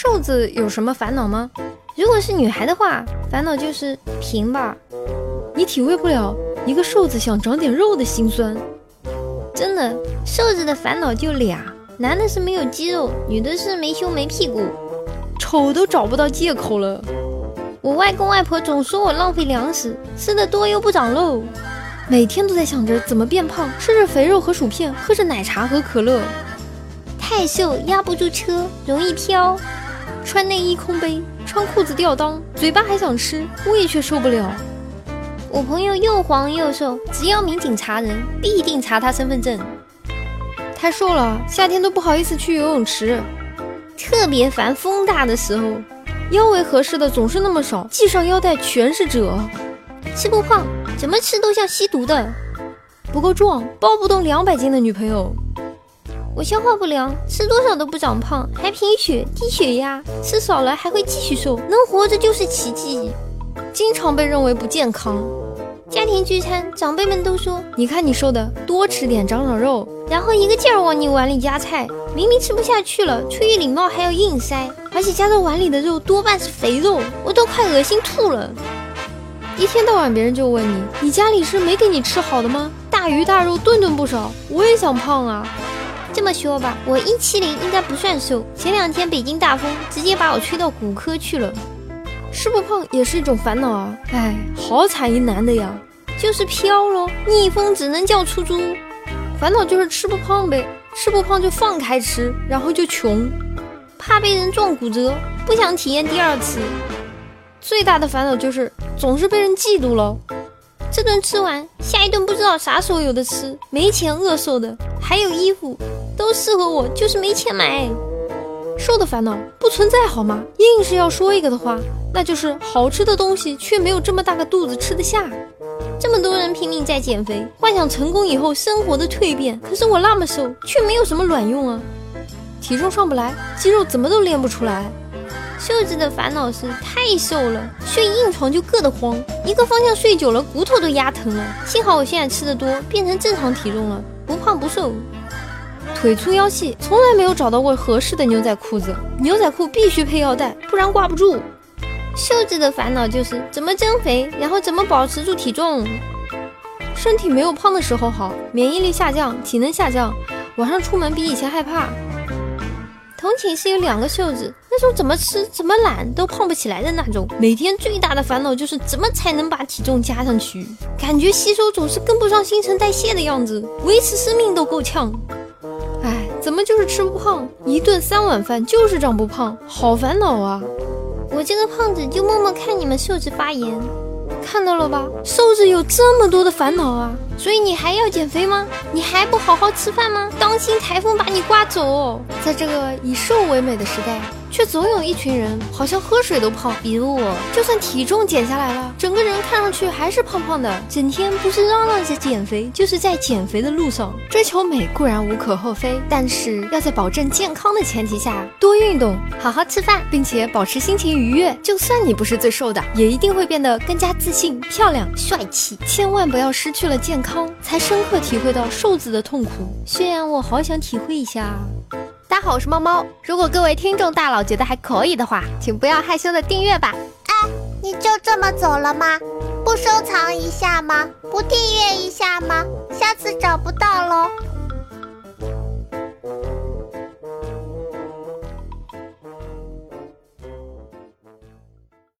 瘦子有什么烦恼吗？如果是女孩的话，烦恼就是平吧。你体会不了一个瘦子想长点肉的辛酸。真的，瘦子的烦恼就俩，男的是没有肌肉，女的是没胸没屁股，丑都找不到借口了。我外公外婆总说我浪费粮食，吃的多又不长肉，每天都在想着怎么变胖，吃着肥肉和薯片，喝着奶茶和可乐。太瘦压不住车，容易飘，穿内衣空杯，穿裤子吊裆，嘴巴还想吃，胃却受不了。我朋友又黄又瘦，只要民警查人，必定查他身份证。太瘦了，夏天都不好意思去游泳池。特别烦风大的时候，腰围合适的总是那么少，系上腰带全是褶。吃不胖，怎么吃都像吸毒的。不够壮，抱不动200斤的女朋友。我消化不良，吃多少都不长胖，还贫血、低血压，吃少了还会继续瘦，能活着就是奇迹。经常被认为不健康。家庭聚餐，长辈们都说，你看你瘦的，多吃点长长肉，然后一个劲儿往你碗里夹菜，明明吃不下去了，出于礼貌还要硬塞，而且夹到碗里的肉多半是肥肉，我都快恶心吐了。一天到晚别人就问你，你家里是没给你吃好的吗？大鱼大肉顿顿不少，我也想胖啊。这么说吧，我170应该不算瘦，前2天北京大风直接把我吹到骨科去了。吃不胖也是一种烦恼啊！哎，好惨一男的呀，就是飘咯，逆风只能叫出租。烦恼就是吃不胖呗，吃不胖就放开吃，然后就穷，怕被人撞骨折，不想体验第2次。最大的烦恼就是总是被人嫉妒了。这顿吃完，下一顿不知道啥时候有的吃，没钱饿瘦的，还有衣服都适合我，就是没钱买。瘦的烦恼不存在好吗？硬是要说一个的话，那就是好吃的东西却没有这么大个肚子吃得下。这么多人拼命在减肥，幻想成功以后生活的蜕变，可是我那么瘦，却没有什么卵用啊！体重上不来，肌肉怎么都练不出来。瘦子的烦恼是太瘦了，睡硬床就硌得慌，一个方向睡久了，骨头都压疼了。幸好我现在吃得多，变成正常体重了，不胖不瘦。腿粗腰细，从来没有找到过合适的牛仔裤子，牛仔裤必须配腰带，不然挂不住。瘦子的烦恼就是怎么增肥，然后怎么保持住体重。身体没有胖的时候好，免疫力下降，体能下降，晚上出门比以前害怕。同寝室有2个瘦子，那种怎么吃怎么懒都胖不起来的那种，每天最大的烦恼就是怎么才能把体重加上去，感觉吸收总是跟不上新陈代谢的样子，维持生命都够呛。哎，怎么就是吃不胖，一顿3碗饭就是长不胖，好烦恼啊！我这个胖子就默默看你们瘦子发言，看到了吧？瘦子有这么多的烦恼啊！所以你还要减肥吗？你还不好好吃饭吗？当心台风把你刮走哦！在这个以瘦为美的时代，却总有一群人好像喝水都胖，比如我，就算体重减下来了，整个人看上去还是胖胖的，整天不是嚷嚷着减肥，就是在减肥的路上。追求美固然无可厚非，但是要在保证健康的前提下，多运动，好好吃饭，并且保持心情愉悦。就算你不是最瘦的，也一定会变得更加自信、漂亮、帅气。千万不要失去了健康，才深刻体会到瘦子的痛苦。虽然我好想体会一下。大家好，我是猫猫。如果各位听众大佬觉得还可以的话，请不要害羞的订阅吧。 哎，你就这么走了吗？不收藏一下吗？不订阅一下吗？下次找不到咯。